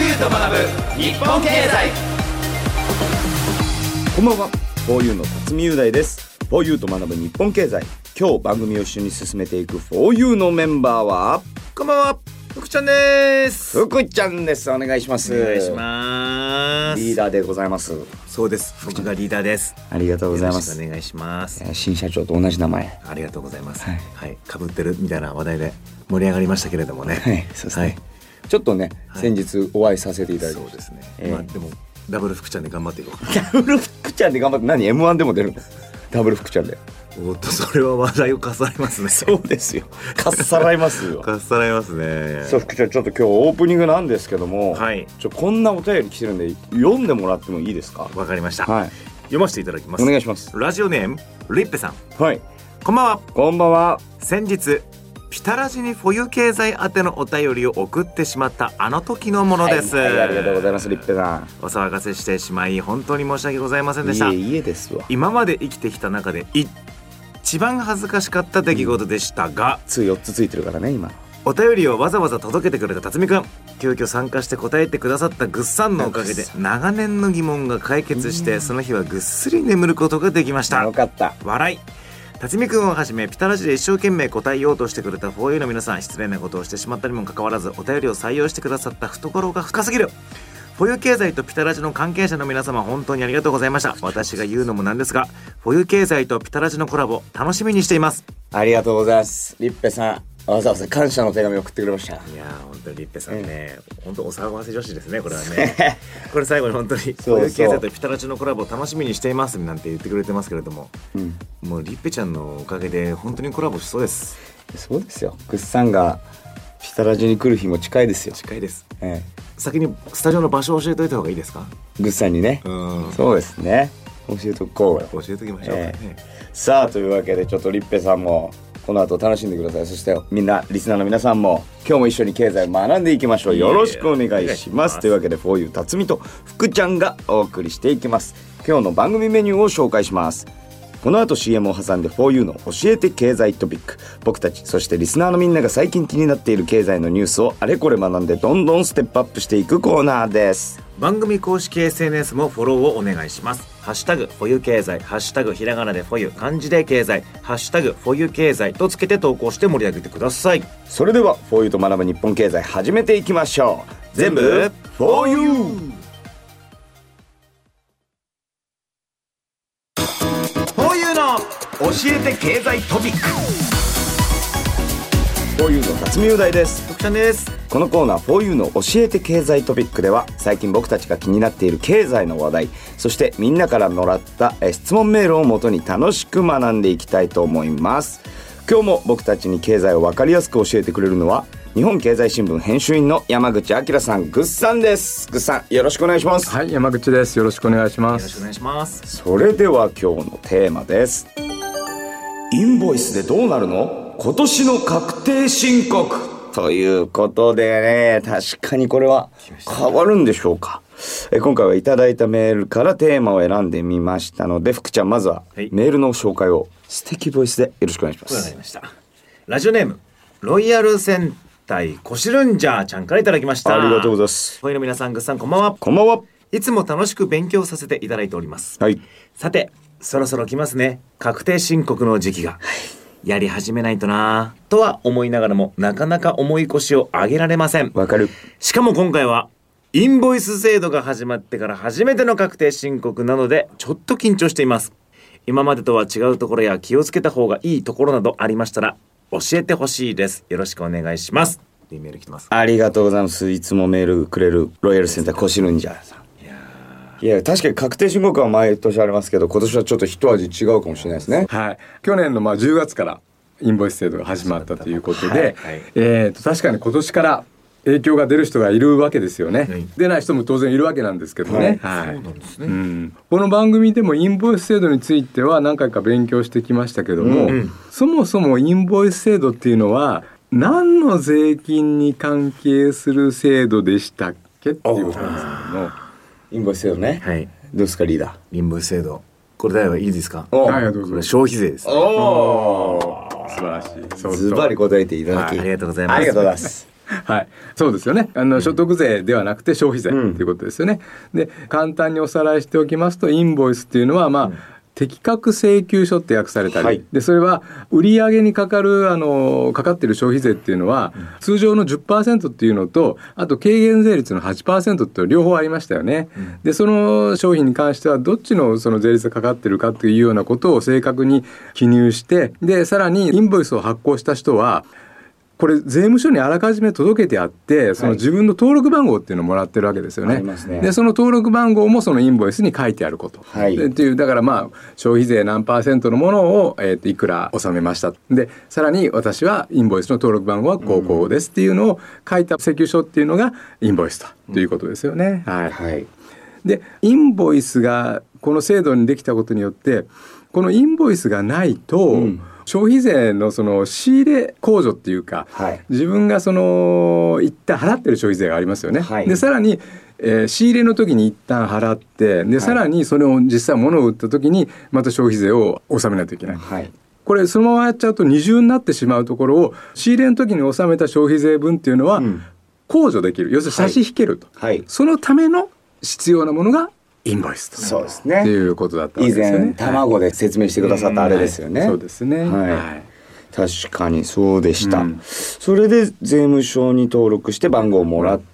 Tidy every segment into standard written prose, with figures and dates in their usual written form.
ユーと学ぶ日本経済。 こんばんは、フォーユーの辰巳雄大です。フォーユーと学ぶ日本経済。今日番組を一緒に進めていくフォーユーのメンバーは、 こんばんは、福ちゃんです。 福ちゃんです。お願いします。 お願いします。 リーダーでございます。 そうです、福ちゃんがリーダーです。 ありがとうございます。 よろしくお願いします。 新社長と同じ名前。 ありがとうございます。 はい、 はい、被ってるみたいな話題で盛り上がりましたけれどもね。 はい、そうですね。 はい、 ちょっとね、 はい、 先日お会いさせていただいて、 そうですね。まあでもダブル福ちゃんで頑張っていこう。 ダブル福ちゃんで頑張って、何 M1 でも出るの？ダブル福ちゃんで。 おっと、それは話題をかっさらいますね。 そうですよ。かっさらいますよ。 かっさらいますね。 そう、福ちゃん、ちょっと今日オープニングなんですけども、 はい、 こんなお便り来てるんで読んでもらってもいいですか？ わかりました。 はい、 読ませていただきます。 お願いします。 ラジオネームリッペさん。 はい、 こんばんは。 こんばんは。 先日ピタラジにフォユ経済宛てのお便りを送ってしまったあの時のものです。 はいはい、ありがとうございます。リッペさん、 お騒がせしてしまい本当に申し訳ございませんでした。 いえですわ。 今まで生きてきた中で一番恥ずかしかった出来事でしたが、 4つついてるからね今。 お便りをわざわざ届けてくれた辰巳くん、急遽参加して答えてくださったぐっさんのおかげで長年の疑問が解決して、その日はぐっすり眠ることができました。 よかった。 笑い。辰巳くんをはじめピタラジで一生懸命答えようとしてくれた 4U の皆さん、失礼なことをしてしまったにもかかわらずお便りを採用してくださった懐が深すぎる。 4U 経済とピタラジの関係者の皆様、本当にありがとうございました。私が言うのもなんですが 4U 経済とピタラジのコラボ楽しみにしています。 ありがとうございます。リッペさん、わざわざ感謝の手紙を送ってくれました。 いやー、本当にリッペさんね、本当お騒がせ女子ですね、これはね。これ最後に本当に 4U 経済とピタラジのコラボ楽しみにしていますなんて言ってくれてますけれども、もうリッペちゃんのおかげで本当にコラボしそうです。 そうですよ。グッさんがピタラジに来る日も近いですよ。 近いです。先にスタジオの場所を教えておいた方がいいですか？ グッさんにね。そうですね、教えとこうよ。 教えときましょうかね。 さあ、というわけでちょっとリッペさんもこの後楽しんでください。そしてみんなリスナーの皆さんも今日も一緒に経済を学んでいきましょう。よろしくお願いします。というわけで 4U 辰巳と福ちゃんがお送りしていきます。今日の番組メニューを紹介します。この後 CM を挟んで 4U の教えて経済トピック、僕たちそしてリスナーのみんなが最近気になっている経済のニュースをあれこれ学んでどんどんステップアップしていくコーナーです。 番組公式 SNS もフォローをお願いします。ハッシュタグフォユ経済、ハッシュタグひらがなでフォユ、漢字で経済、ハッシュタグフォユ経済とつけて投稿して盛り上げてください。 それでは 4U と学ぶ日本経済始めていきましょう。全部 4U。 4U の教えて経済トピック。 4U の辰巳雄大です。 福ちゃんです。 このコーナー 4U の教えて経済トピックでは、最近僕たちが気になっている経済の話題、そしてみんなからもらった質問メールをもとに楽しく学んでいきたいと思います。今日も僕たちに経済を分かりやすく教えてくれるのは日本経済新聞編集員の山口明さん、グッさんです。グッさん、よろしくお願いします。 はい、山口です。よろしくお願いします。 よろしくお願いします。 それでは今日のテーマです。インボイスでどうなるの？今年の確定申告ということでね、確かにこれは変わるんでしょうか。今回はいただいたメールからテーマを選んでみましたので、福ちゃん、まずはメールの紹介を素敵ボイスでよろしくお願いします。 わかりました。ラジオネームロイヤル戦隊コシルンジャーちゃんからいただきました。 ありがとうございます。 フォユの皆さん、グッさん、こんばんは。 こんばんは。 いつも楽しく勉強させていただいております。 はい。 さて、そろそろ来ますね、確定申告の時期が。やり始めないとなとは思いながらも、なかなか重い腰を上げられません。 わかる。 しかも今回はインボイス制度が始まってから初めての確定申告なので、ちょっと緊張しています。今までとは違うところや気をつけた方がいいところなどありましたら教えてほしいです。よろしくお願いします。っていうメール来てます。 ありがとうございます。いつもメールくれるロイヤルセンターコシルンジャーさん。いや、確かに確定申告は毎年ありますけど、今年はちょっと一味違うかもしれないですね。 はい、去年の10月からインボイス制度が始まったということで、確かに今年から影響が出る人がいるわけですよね。出ない人も当然いるわけなんですけどね。 そうなんですね。 この番組でもインボイス制度については何回か勉強してきましたけども、そもそもインボイス制度っていうのは何の税金に関係する制度でしたっけっていうことなんですけども。 インボイス制度ね。 はい。 どうですかリーダー。 インボイス制度。これだよ、いいですか？ はい、どうぞ。 これ消費税です。 おー、素晴らしい。 ズバリ答えていただき、 ありがとうございます。 ありがとうございます。 はい、そうですよね。所得税ではなくて消費税ということですよね。で、簡単におさらいしておきますと、インボイスっていうのは適格請求書って訳されたり、はい、でそれは売上にかかるかかっている消費税っていうのは、通常の 10% っていうのと、あと軽減税率の 8% って両方ありましたよね。でその商品に関してはどっちのその税率がかかっているかというようなことを正確に記入して、でさらにインボイスを発行した人はこれ税務署にあらかじめ届けてあって、その自分の登録番号っていうのをもらってるわけですよね。でその登録番号もそのインボイスに書いてあること、はい、っていう、だから消費税何%のものを、いくら納めました、でさらに私はインボイスの登録番号はこうですっていうのを書いた請求書っていうのがインボイスということですよね。はいはい、でインボイスがこの制度にできたことによって、このインボイスがないと、消費税のその仕入れ控除っていうか、はい、自分がその一旦払ってる消費税がありますよね。はい、でさらに、仕入れの時に一旦払って、でさらにそれを実際物を売った時にまた消費税を納めないといけない。はい、これそのままやっちゃうと二重になってしまうところを、仕入れの時に納めた消費税分っていうのは控除できる、要するに差し引けると、はいはい、そのための必要なものがインボイスと、そうですね、っていうことだったわけですよね。 以前卵で説明してくださったあれですよね。 そうですね、はいはい、 確かにそうでした。それで税務署に登録して番号をもらって、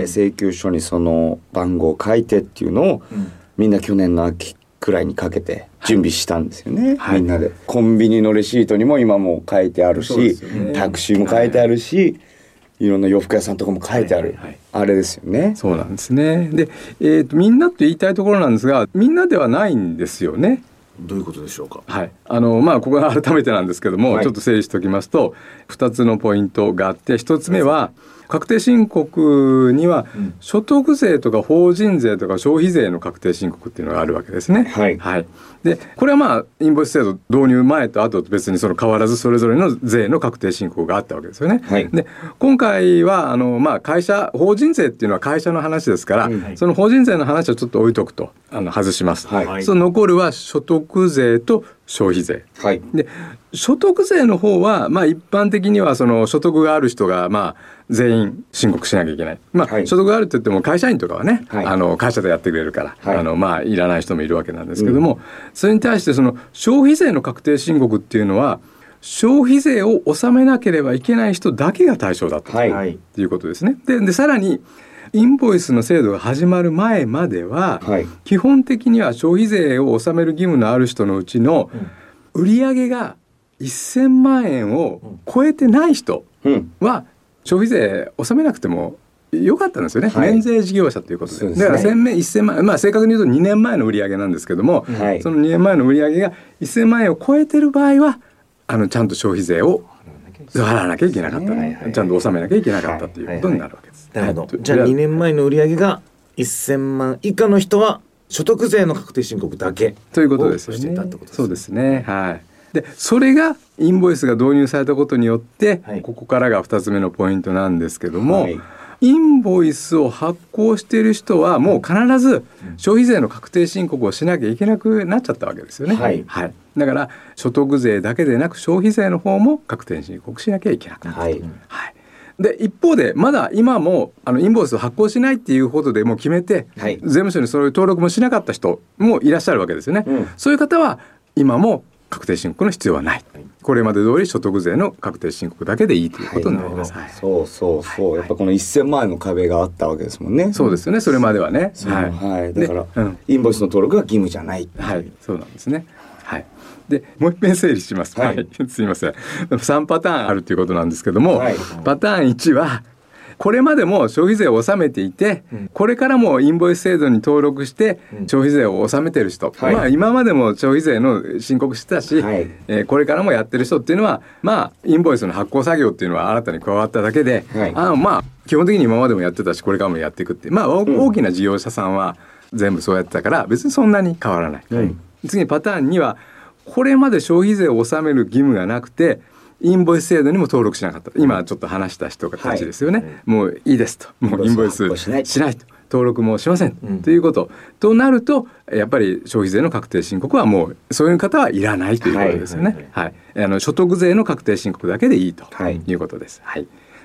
請求書にその番号を書いてっていうのを、みんな去年の秋くらいにかけて準備したんですよね。はい、みんなでコンビニのレシートにも今も書いてあるし、タクシーも書いてあるし、いろんな洋服屋さんとかも書いてある、あれですよね。 そうなんですね。で、みんなって言いたいところなんですが、みんなではないんですよね。 どういうことでしょうか。 はい、ここが改めてなんですけども、ちょっと整理しておきますと、2つのポイントがあって、1つ目は確定申告には所得税とか法人税とか消費税の確定申告っていうのがあるわけですね。はいはい、でこれはインボイス制度導入前と後と別にその変わらずそれぞれの税の確定申告があったわけですよね。はい、で今回は会社法人税っていうのは会社の話ですから、その法人税の話はちょっと置いとくと外します。はい、その残るは所得税と消費税、はい、で所得税の方は一般的にはその所得がある人が全員申告しなきゃいけない、はい、所得があるって言っても会社員とかはね、はい、会社でやってくれるから、はい、いらない人もいるわけなんですけども、それに対してその消費税の確定申告っていうのは消費税を納めなければいけない人だけが対象だったということですね。でさらにインボイスの制度が始まる前までは、はい、基本的には消費税を納める義務のある人のうちの売上が1000万円を超えてない人は消費税納めなくてもよかったんですよね。はい、免税事業者ということで、だから1000万、正確に言うと2年前の売上なんですけども、はい、その2年前の売上が1000万円を超えてる場合はちゃんと消費税を払わなきゃいけなかった、ちゃんと納めなきゃいけなかったということになるわけです。 なるほど。じゃあ2年前の売上が1000万以下の人は所得税の確定申告だけということですよね。そうですね。はい。でそれがインボイスが導入されたことによって、はい、ここからが2つ目のポイントなんですけども、はい、インボイスを発行している人はもう必ず消費税の確定申告をしなきゃいけなくなっちゃったわけですよね。はいはい、だから所得税だけでなく消費税の方も確定申告しなきゃいけなくなったと。はいはい、で一方でまだ今もインボイスを発行しないっていうことでもう決めて、はい、税務署にそういう登録もしなかった人もいらっしゃるわけですよね。そういう方は今も確定申告の必要はない、はい、これまで通り所得税の確定申告だけでいいということになります。はい、 そうそうそう、はい、やっぱこの1000万円の壁があったわけですもんね。 そうですよね、それまではね。 はいはい、だから、インボイスの登録が義務じゃない。 はい、そうなんですね。はい、でもう一遍整理します。はい、すいません。3パターンあるということなんですけども、はい、パターン1はこれまでも消費税を納めていて、これからもインボイス制度に登録して消費税を納めている人、今までも消費税の申告してたし、これからもやってる人っていうのはインボイスの発行作業っていうのは新たに加わっただけで、基本的に今までもやってたしこれからもやっていくって、大きな事業者さんは全部そうやってたから別にそんなに変わらない。次にパターン2はこれまで消費税を納める義務がなくてインボイス制度にも登録しなかった、今ちょっと話した人たちですよね。もういいですと、もうインボイスしないと、登録もしません、ということとなるとやっぱり消費税の確定申告はもうそういう方はいらないということですよね。所得税の確定申告だけでいいということです。はい、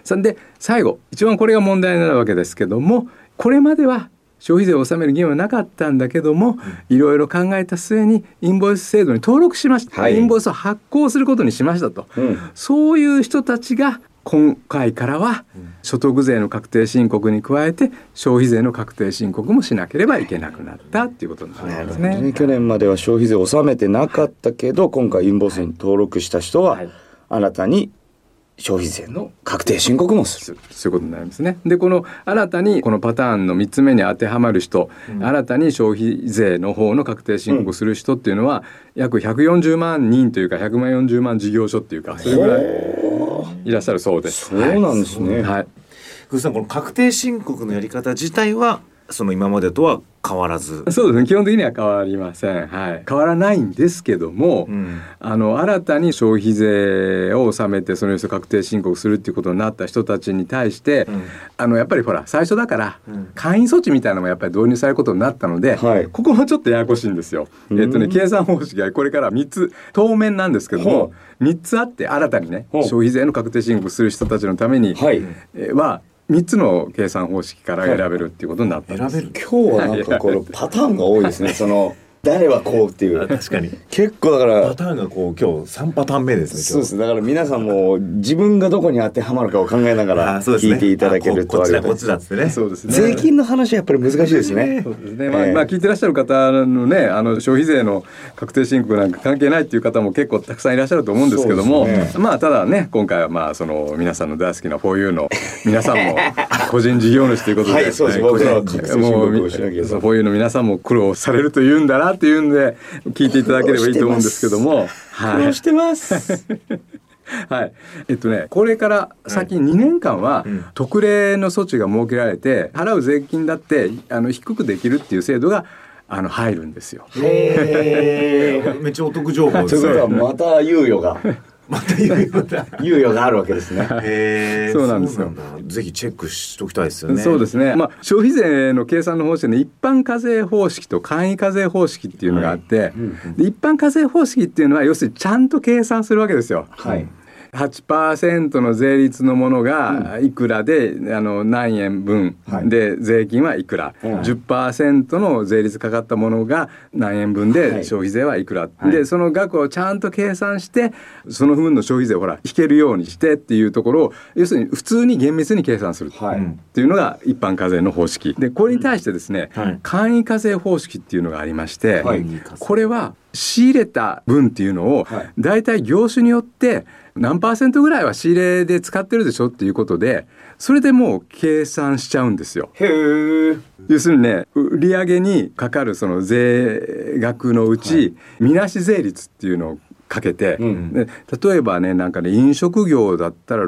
そんで最後一番これが問題になるわけですけども、これまでは消費税を納める義務はなかったんだけども、いろいろ考えた末にインボイス制度に登録しました、インボイスを発行することにしましたと、そういう人たちが今回からは所得税の確定申告に加えて消費税の確定申告もしなければいけなくなったっていうことになるんですね。 去年までは消費税を納めてなかったけど、今回インボイスに登録した人は新たに消費税の確定申告もする、 そういうことになりますね。でこの新たにこのパターンの3つ目に当てはまる人、新たに消費税の方の確定申告する人っていうのは、約140万人というか140万事業所っていうか、それぐらいいらっしゃるそうです。 そうなんですね。 はい。 福さん、この確定申告のやり方自体はその今までとは変わらず。 そうですね、基本的には変わりません、はい、変わらないんですけども、新たに消費税を納めてその人確定申告するっていうことになった人たちに対して、やっぱりほら最初だから、簡易措置みたいなのもやっぱり導入されることになったので、ここもちょっとややこしいんですよ。計算方式がこれから3つ当面なんですけども、3つあって、新たにね消費税の確定申告する人たちのためには3つの計算方式から選べるっていうことになったんです。 今日はなんかこのパターンが多いですね。その誰はこうっていう確かに結構だからパターンがこう今日3パターン目ですね。 そうです。だから皆さんも自分がどこに当てはまるかを考えながら聞いていただけるとありがたい。 こっちだっつってね。 そうですね。 税金の話はやっぱり難しいですね。 そうですね。聞いてらっしゃる方のね、消費税の確定申告なんか関係ないっていう方も結構たくさんいらっしゃると思うんですけども、ただね、今回はその皆さんの大好きな 4U の皆さんも個人事業主ということで、 はい、そうです。僕らは確定申告をしなきゃいけない。 4U の皆さんも苦労されるというんだなっていうんで聞いていただければいいと思うんですけども、 苦労してます。 はい。これから先2年間は特例の措置が設けられて、払う税金だって低くできるっていう制度が入るんですよ。 めっちゃお得情報ですね。 ということはまた猶予が猶予があるわけですね。 そうなんですよ。 ぜひチェックしておきたいですよね。 そうですね。消費税の計算の方式で一般課税方式と簡易課税方式っていうのがあって、で一般課税方式っていうのは要するにちゃんと計算するわけですよ。8% の税率のものがいくらで、何円分で税金はいくら、10% の税率かかったものが何円分で消費税はいくら、でその額をちゃんと計算してその分の消費税を引けるようにしてっていうところを、要するに普通に厳密に計算するっていうのが一般課税の方式で、これに対してですね、簡易課税方式っていうのがありまして、これは仕入れた分っていうのをだいたい業種によって何%ぐらいは仕入れで使ってるでしょっていうことで、それでもう計算しちゃうんですよ。要するにね、売上にかかるその税額のうち、みなし税率っていうのをかけて、で例えばね、飲食業だったら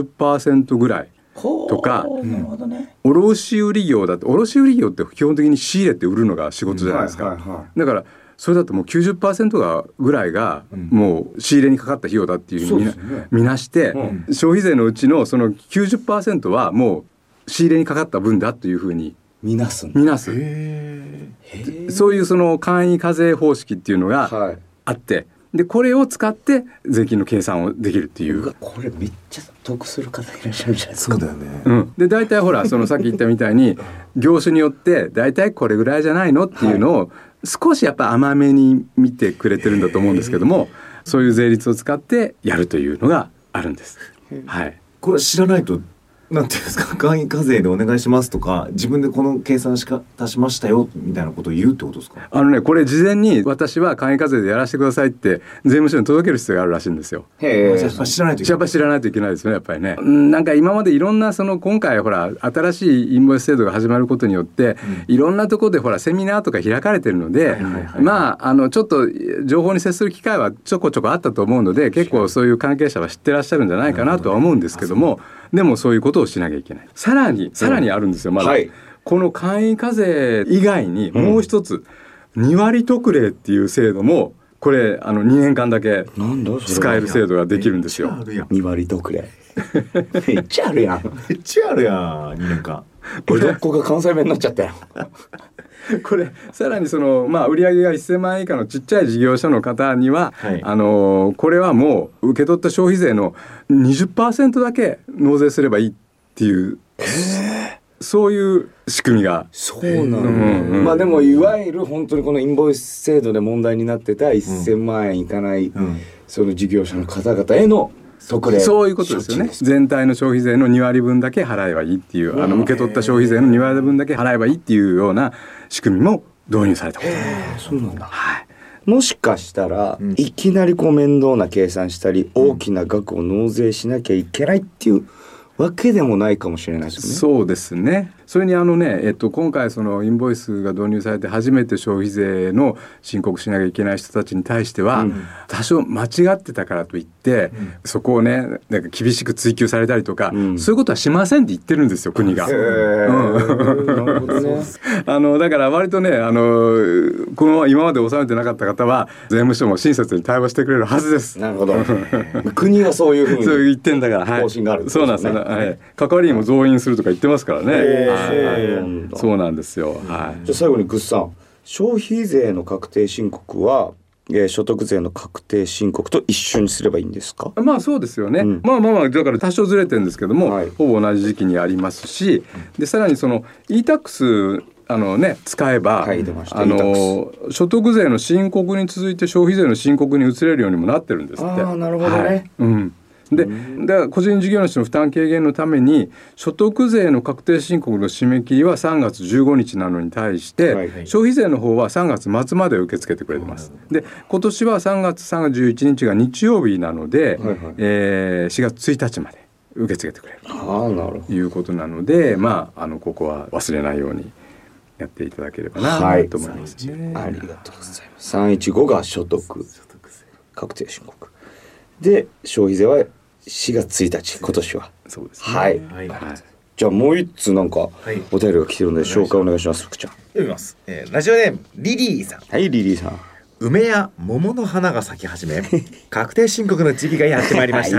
60% ぐらいとか、卸売業だって、卸売業って基本的に仕入れて売るのが仕事じゃないですか。だからそれだともう 90% ぐらいがもう仕入れにかかった費用だっていうふうに見なして、消費税のうちのその 90% はもう仕入れにかかった分だというふうに見なす。そういうその簡易課税方式っていうのがあって、でこれを使って税金の計算をできるっていう。 これめっちゃ得する方いらっしゃるじゃないですか。 そうだよね。 で大体ほらそのさっき言ったみたいに業種によって大体これぐらいじゃないのっていうのを少しやっぱ甘めに見てくれてるんだと思うんですけども、そういう税率を使ってやるというのがあるんです。 これ知らないと、なんていうんですか、簡易課税でお願いしますとか、自分でこの計算しましたよみたいなことを言うってことですか？ これ事前に私は簡易課税でやらせてくださいって税務署に届ける必要があるらしいんですよ。 やっぱ知らないといけない。 やっぱ知らないといけないですよね、やっぱりね。なんか今までいろんな今回ほら新しいインボイス制度が始まることによって、いろんなところでほらセミナーとか開かれてるので、ちょっと情報に接する機会はちょこちょこあったと思うので、結構そういう関係者は知ってらっしゃるんじゃないかなとは思うんですけども、でもそういうことをしなきゃいけない。さらにあるんですよ、まだ。この簡易課税以外にもう一つ、2割特例っていう制度もこれ2年間だけ使える制度ができるんですよ。 2割特例めっちゃあるやん。 めっちゃあるやん。2年間江戸っ子が関西弁になっちゃったよ。 これさらにその、売上が1000万円以下のちっちゃい事業所の方には、 はい、 これはもう受け取った消費税の 20% だけ納税すればいいっていう、そういう仕組みが。 そうなの、でもいわゆる本当にこのインボイス制度で問題になってた1000万円いかない、その事業者の方々への特例、 そういうことですよね。全体の消費税の2割分だけ払えばいいっていう、受け取った消費税の2割分だけ払えばいいっていうような仕組みも導入されたことです。 そうなんだ、はい。もしかしたら、いきなりこう面倒な計算したり、大きな額を納税しなきゃいけないっていうわけでもないかもしれないですね。 そうですね。それに今回そのインボイスが導入されて初めて消費税の申告しなきゃいけない人たちに対しては、多少間違ってたからといって、そこをねなんか厳しく追及されたりとか、そういうことはしませんって言ってるんですよ、国が。だから割とねこの今まで納めてなかった方は税務署も親切に対応してくれるはずです。 なるほど。国はそういうふうにそう言ってんだから、 方針があるんですね。そうなんですよ、はい、関わりにも増員するとか言ってますからね。そうなんですよ、はい。 じゃあ最後にグッさん、消費税の確定申告は、所得税の確定申告と一緒にすればいいんですか？ そうですよね、だから多少ずれてるんですけども、ほぼ同じ時期にありますし、でさらにその e-tax使えば、所得税の申告に続いて消費税の申告に移れるようにもなってるんですって。 なるほどね、 で個人事業主の負担軽減のために所得税の確定申告の締め切りは3月15日なのに対して、消費税の方は3月末まで受け付けてくれてます。で今年は3月31日が日曜日なので、4月1日まで受け付けてくれるということなので、ここは忘れないようにやっていただければなと思いますね。 ありがとうございます。315が所得確定申告で、消費税は4月1日、今年は。 そうですね。 はい。じゃあもう一つなんかお便りが来てるので紹介お願いします。福ちゃん。 読みます。ラジオネームリリーさん。 はい、リリーさん。 梅や桃の花が咲き始め確定申告の時期がやってまいりました。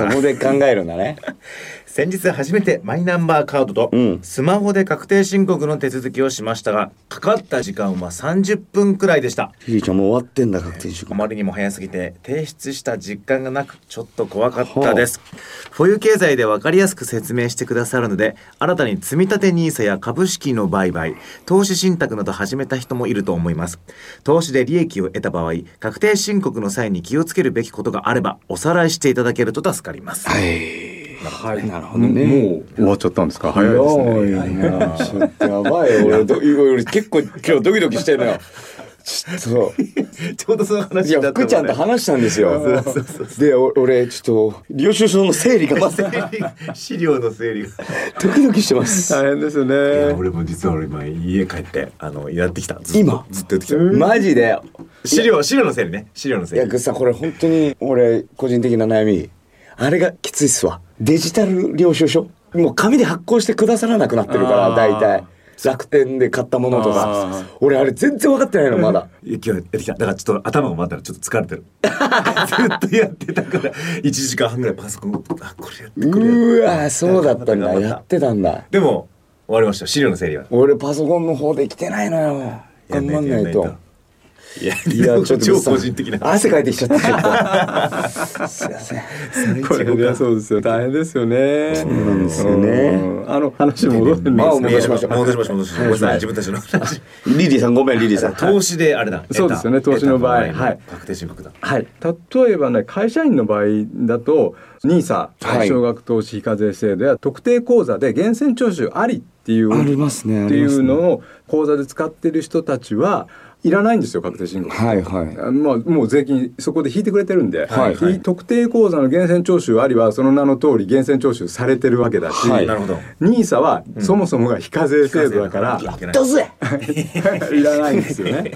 いい、そこで考えるんだね。 先日初めてマイナンバーカードとスマホで確定申告の手続きをしましたが、かかった時間は30分くらいでした。 リリーちゃんもう終わってんだ、確定申告。 あまりにも早すぎて提出した実感がなく、ちょっと怖かったです。フォユ経済で分かりやすく説明してくださるので、新たに積立 NISA や株式の売買、投資信託など始めた人もいると思います。投資で利益を得た場合、確定申告の際に気をつけるべきことがあればおさらいしていただけると助かります。 なるほどね。 もう終わっちゃったんですか？早いですね。 ちょっとやばいよ。俺結構今日ドキドキしてるのよ。ちょうどその話だった。福ちゃんと話したんですよ。で俺ちょっと領収書の整理がまず資料の整理がドキドキしてます。 大変ですよね。 俺も実は今家帰ってやってきた。 今ずっとやってきた。 マジで資料の整理ね。資料の整理。 いやグッさん、これ本当に俺個人的な悩み、あれがきついっすわ。デジタル領収書もう紙で発行してくださらなくなってるから、大体楽天で買ったものとか、俺あれ全然分かってないのまだ。 今日やってきた。だからちょっと頭がまだちょっと疲れてる。ずっとやってたから1時間半ぐらいパソコンこれやってこれ。 うわ、そうだったんだ。やってたんだ。 でも終わりました。資料の整理は。 俺パソコンの方できてないのよ。頑張んないと。いやちょっと超個人的な汗かいてきちゃった。ちょっとすいません。 これはそうですよ。大変ですよね。 そうなんですよね。 話戻ってみます。 戻しましょう。自分たちの話。 リリーさんごめん、リリーさん。 投資であれだ。 そうですよね。投資の場合、 確定申告だ。 はい。例えばね、会社員の場合だと NISA 少額投資非課税制度や特定口座で源泉徴収ありっていうありますね。 っていうのを口座で使ってる人たちはいらないんですよ、確定申告。もう税金そこで引いてくれてるんで、特定口座の源泉徴収ありはその名の通り源泉徴収されてるわけだし、NISA はそもそもが非課税制度だから、 やったぜいらないんですよね。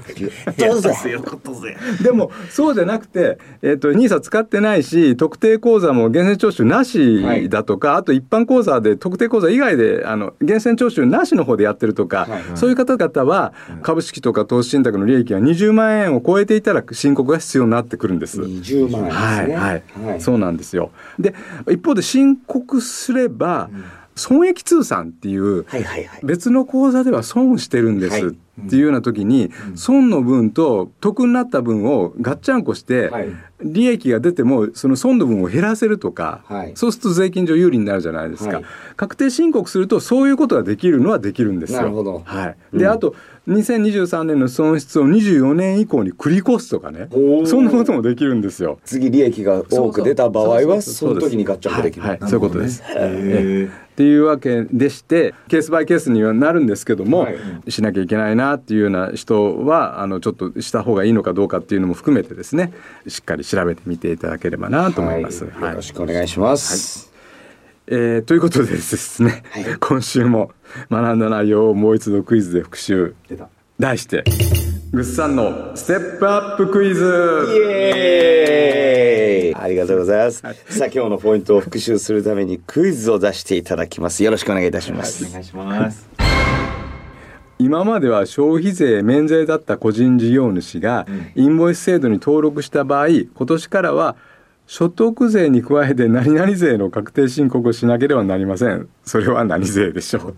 でもそうじゃなくて、NISA 使ってないし特定口座も源泉徴収なしだとか、あと一般口座で特定口座以外で源泉徴収なしの方でやってるとか、そういう方々は株式とか投資信託の利益が20万円を超えていたら申告が必要になってくるんです。 20万円ですね。 そうなんですよ。で一方で申告すれば、 損益通算っていうはいはいはい。 別の口座では損してるんではいすっていうような時に、損の分と得になった分をガッチャンコしてはい利益が出てもその損の分を減らせるとか、 はいそうすると税金上有利になるじゃないですか、 はい確定申告するとそういうことができるのはできるんですよ。 なるほどはい、 うんであと2023年の損失を24年以降に繰り越すとかね、 おーそんなこともできるんですよ。 次利益が多く出た場合はそうその時にガッチャンコできる。 はいはい、そういうことです。 へっていうわけでしてケースバイケースにはなるんですけども、 はいしなきゃいけないなっていうような人はちょっとした方がいいのかどうかっていうのも含めてですねしっかり調べてみていただければなと思います。 はいよろしくお願いします。 ということでですね、 はい今週も学んだ内容をもう一度クイズで復習。題してぐっさんのステップアップクイズ。 イエーイありがとうございます。さあ今日のポイントを復習するためにクイズを出していただきます。よろしくお願いいたします。 お願いします。 今までは消費税免税だった個人事業主がインボイス制度に登録した場合、今年からは所得税に加えて何々税の確定申告をしなければなりません。それは何税でしょう。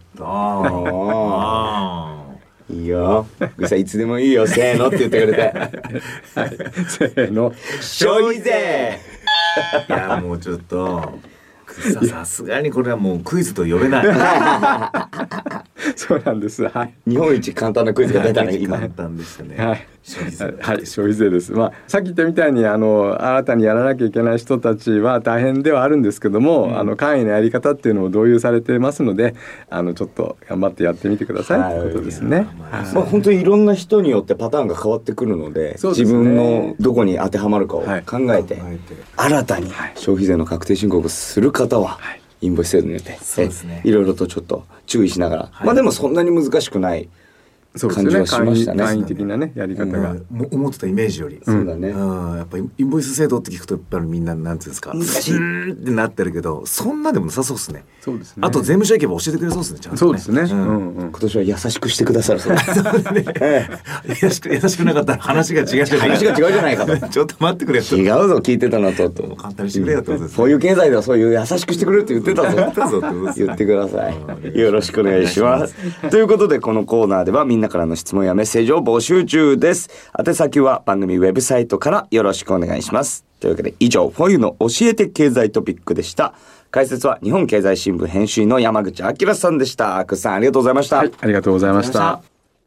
あいいよ。ぐっさんいつでもいいよ。せーのって言ってくれて。 はい、せーの。 消費税。 いやもうちょっとさすがにこれはもうクイズと呼べない。 そうなんです。はい。 日本一簡単なクイズが出たね今。 簡単でしたね。 はい。 消費税はい、消費税です。まあ、さっき言ったみたいに新たにやらなきゃいけない人たちは大変ではあるんですけども、簡易のやり方っていうのも導入されてますのでちょっと頑張ってやってみてください、 はいということですね。 はいはいまあ本当にいろんな人によってパターンが変わってくるので、 そうですね自分のどこに当てはまるかを考えて、 はい新たに消費税の確定申告する方は、 はいインボイス制度によって、 そうですねいろいろとちょっと注意しながら、 はいまあでもそんなに難しくない、 そうですね。 感じはしましたね簡易的なねやり方が。 もう思ってたイメージより。 そうだね、 やっぱりインボイス制度って聞くとやっぱりみんななんていうんですか難しいってなってるけどそんなでもなさそうですね。 そうですね。 あと税務署行けば教えてくれそうですねちゃんとね。 そうですね。 うん今年は優しくしてくださるそうです優しくなかったら話が違うじゃない話が違うじゃないかとちょっと待ってくれよと違うぞ聞いてたのともう簡単にしてくれよってことですね。 そういう経済ではそういう優しくしてくれるって言ってたぞ言ってたぞってことですね言ってくださいよろしくお願いしますということでこのコーナーではみんなからの質問やメッセージを募集中です。宛先は番組ウェブサイトからよろしくお願いします。というわけで以上フォユの教えて経済トピックでした。解説は日本経済新聞編集員の山口明さんでした。くっさんありがとうございました。 はい、ありがとうございました。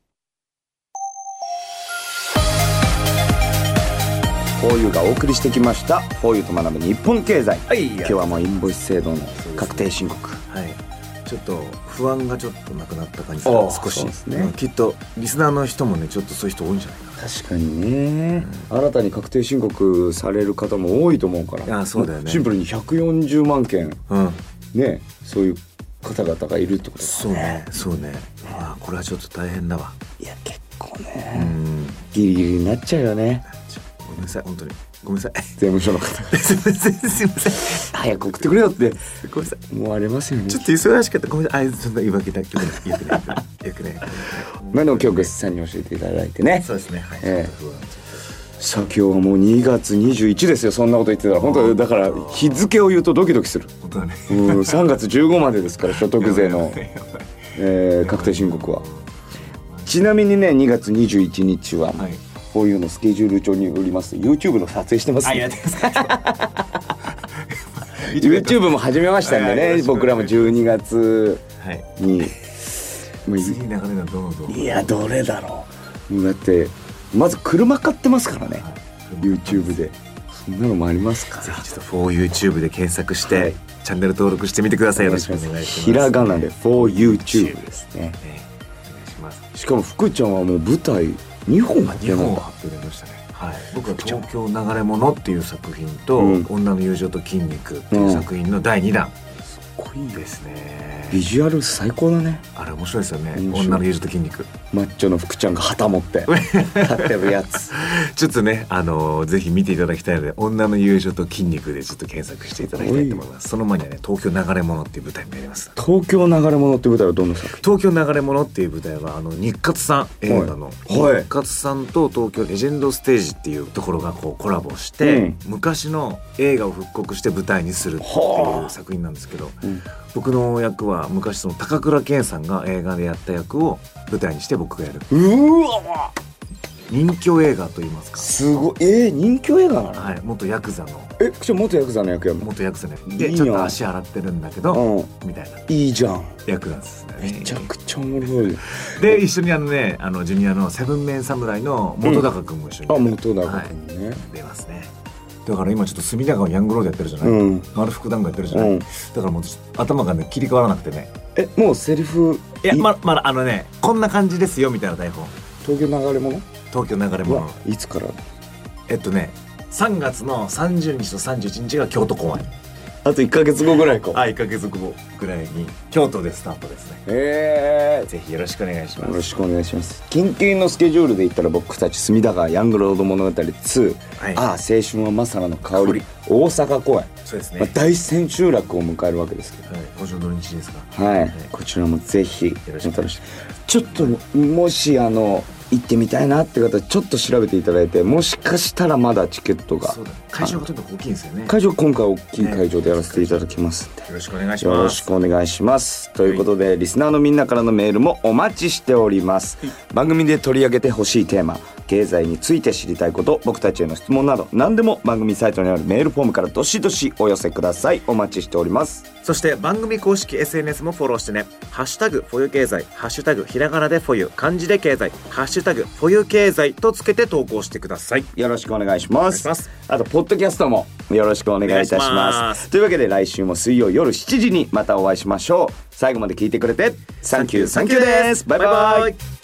フォユがお送りしてきましたフォユと学ぶ日本経済、 はい今日はもうインボイス制度の確定申告はい。ちょっと不安がちょっとなくなった感じああ少しそうですねうんきっとリスナーの人もねちょっとそういう人多いんじゃないかな。 確かにね、新たに確定申告される方も多いと思うからあそうだよねシンプルに140万件うん。 ねそういう方々がいるってことだそうねそうね。あこれはちょっと大変だわ。 いや結構うね、 ん。 ギリギリになっちゃうよねごめんなさい本当にごめんなさい。 税務署の方すいませんすいません。 早く送ってくれよってごめんなさい。 思われますよね。 ちょっと忙しかった。ごめんなさい。あそんな言い訳だ。よくないよくないよくない。 まあでも今日グッさんに教えていただいてねそうですね。はい。 ええちょっと不安さあ今日はもう2月21ですよ。そんなこと言ってたら本当だから日付を言うとドキドキする。 本当だね。 3月15までですから所得税のやばいやばい確定申告は。ちなみにね2月21日ははい。 こういうのスケジュール帳によりますと YouTube の撮影してます、 あやってください。 YouTube も始めましたんでねはいよろしくお僕らも12月はい。 にもう次に流れるのはどの動画。 いやどれだろう。もうだってまず車買ってますからね YouTube でそんなのもありますからぜひちょっと 4YouTube で検索して、 はいチャンネル登録してみてください。よろしくお願いします。 ひらがなで 4YouTube ですね。 ねお願いします。 しかも福ちゃんはもう舞台2本やって 2 るの本発表出ましたね。はい。僕は東京流れ物っていう作品と、 うん女の友情と筋肉っていう作品の第2弾こいいですね。 ビジュアル最高だね。 あれ面白いですよね。 面白い女の友情と筋肉。 マッチョの福ちゃんが旗持って立ってるやつ。 ちょっとね、ぜひ見ていただきたいので、女の友情と筋肉でちょっと検索していただきたいと思います。その前にはね、東京流れ物っていう舞台もやります。 東京流れ物って舞台はどんな作品？ 東京流れ物っていう舞台は日活さん映画のはい日活さんと東京レジェンドステージっていうところがこうコラボして、 うん昔の映画を復刻して舞台にするっていう作品なんですけど、 う僕の役は昔その高倉健さんが映画でやった役を舞台にして僕がやるうわ人気映画と言いますか。 すごい人気映画なの。 はい元ヤクザの元ヤクザの役やんの。 元ヤクザの役いいよでちょっと足洗ってるんだけどみたいないいじゃん。 役なんですね。 めちゃくちゃおもろい。 で一緒にジュニアのセブンメン侍の本高君も一緒に、 元高君ね、 出ますね。だから今ちょっと隅田川ヤングロードやってるじゃない、丸福団子やってるじゃない、だからもう頭がね切り替わらなくてね。 もうセリフいやまだこんな感じですよみたいな台本。 東京流れ物。 東京流れ物いつから。 3月の30日と31日が京都公演。 あと1ヶ月後ぐらいか。 1ヶ月後ぐらいに京都でスタートですね。ぜひよろしくお願いします。 よろしくお願いします。近々のスケジュールで言ったら僕たち隅田川ヤングロード物語2、青春はマサラの香り大阪公演。 そうですね、 大千秋楽を迎えるわけですけど、 今週土日ですか。 こちらもぜひよろしくお願いします。 ちょっともし行ってみたいなって方ちょっと調べていただいて、もしかしたらまだチケットが。 会場がとにかく大きいんですよね。 会場今回大きい会場でやらせていただきますんで、 よろしくお願いします。 よろしくお願いします。ということで、リスナーのみんなからのメールもお待ちしております。番組で取り上げてほしいテーマ、経済について知りたいこと、僕たちへの質問など何でも番組サイトにあるメールフォームからどしどしお寄せください。お待ちしております。 そして番組公式 SNS もフォローしてね。ハッシュタグフォユ経済、ハッシュタグひらがなでフォユ、漢字で経済、ハッシュタグフォユ経済とつけて投稿してください。 よろしくお願いします。あとポッドキャストもよろしくお願いいたします。というわけで来週も水曜夜7時にまたお会いしましょう。最後まで聞いてくれてサンキューです。バイバイ。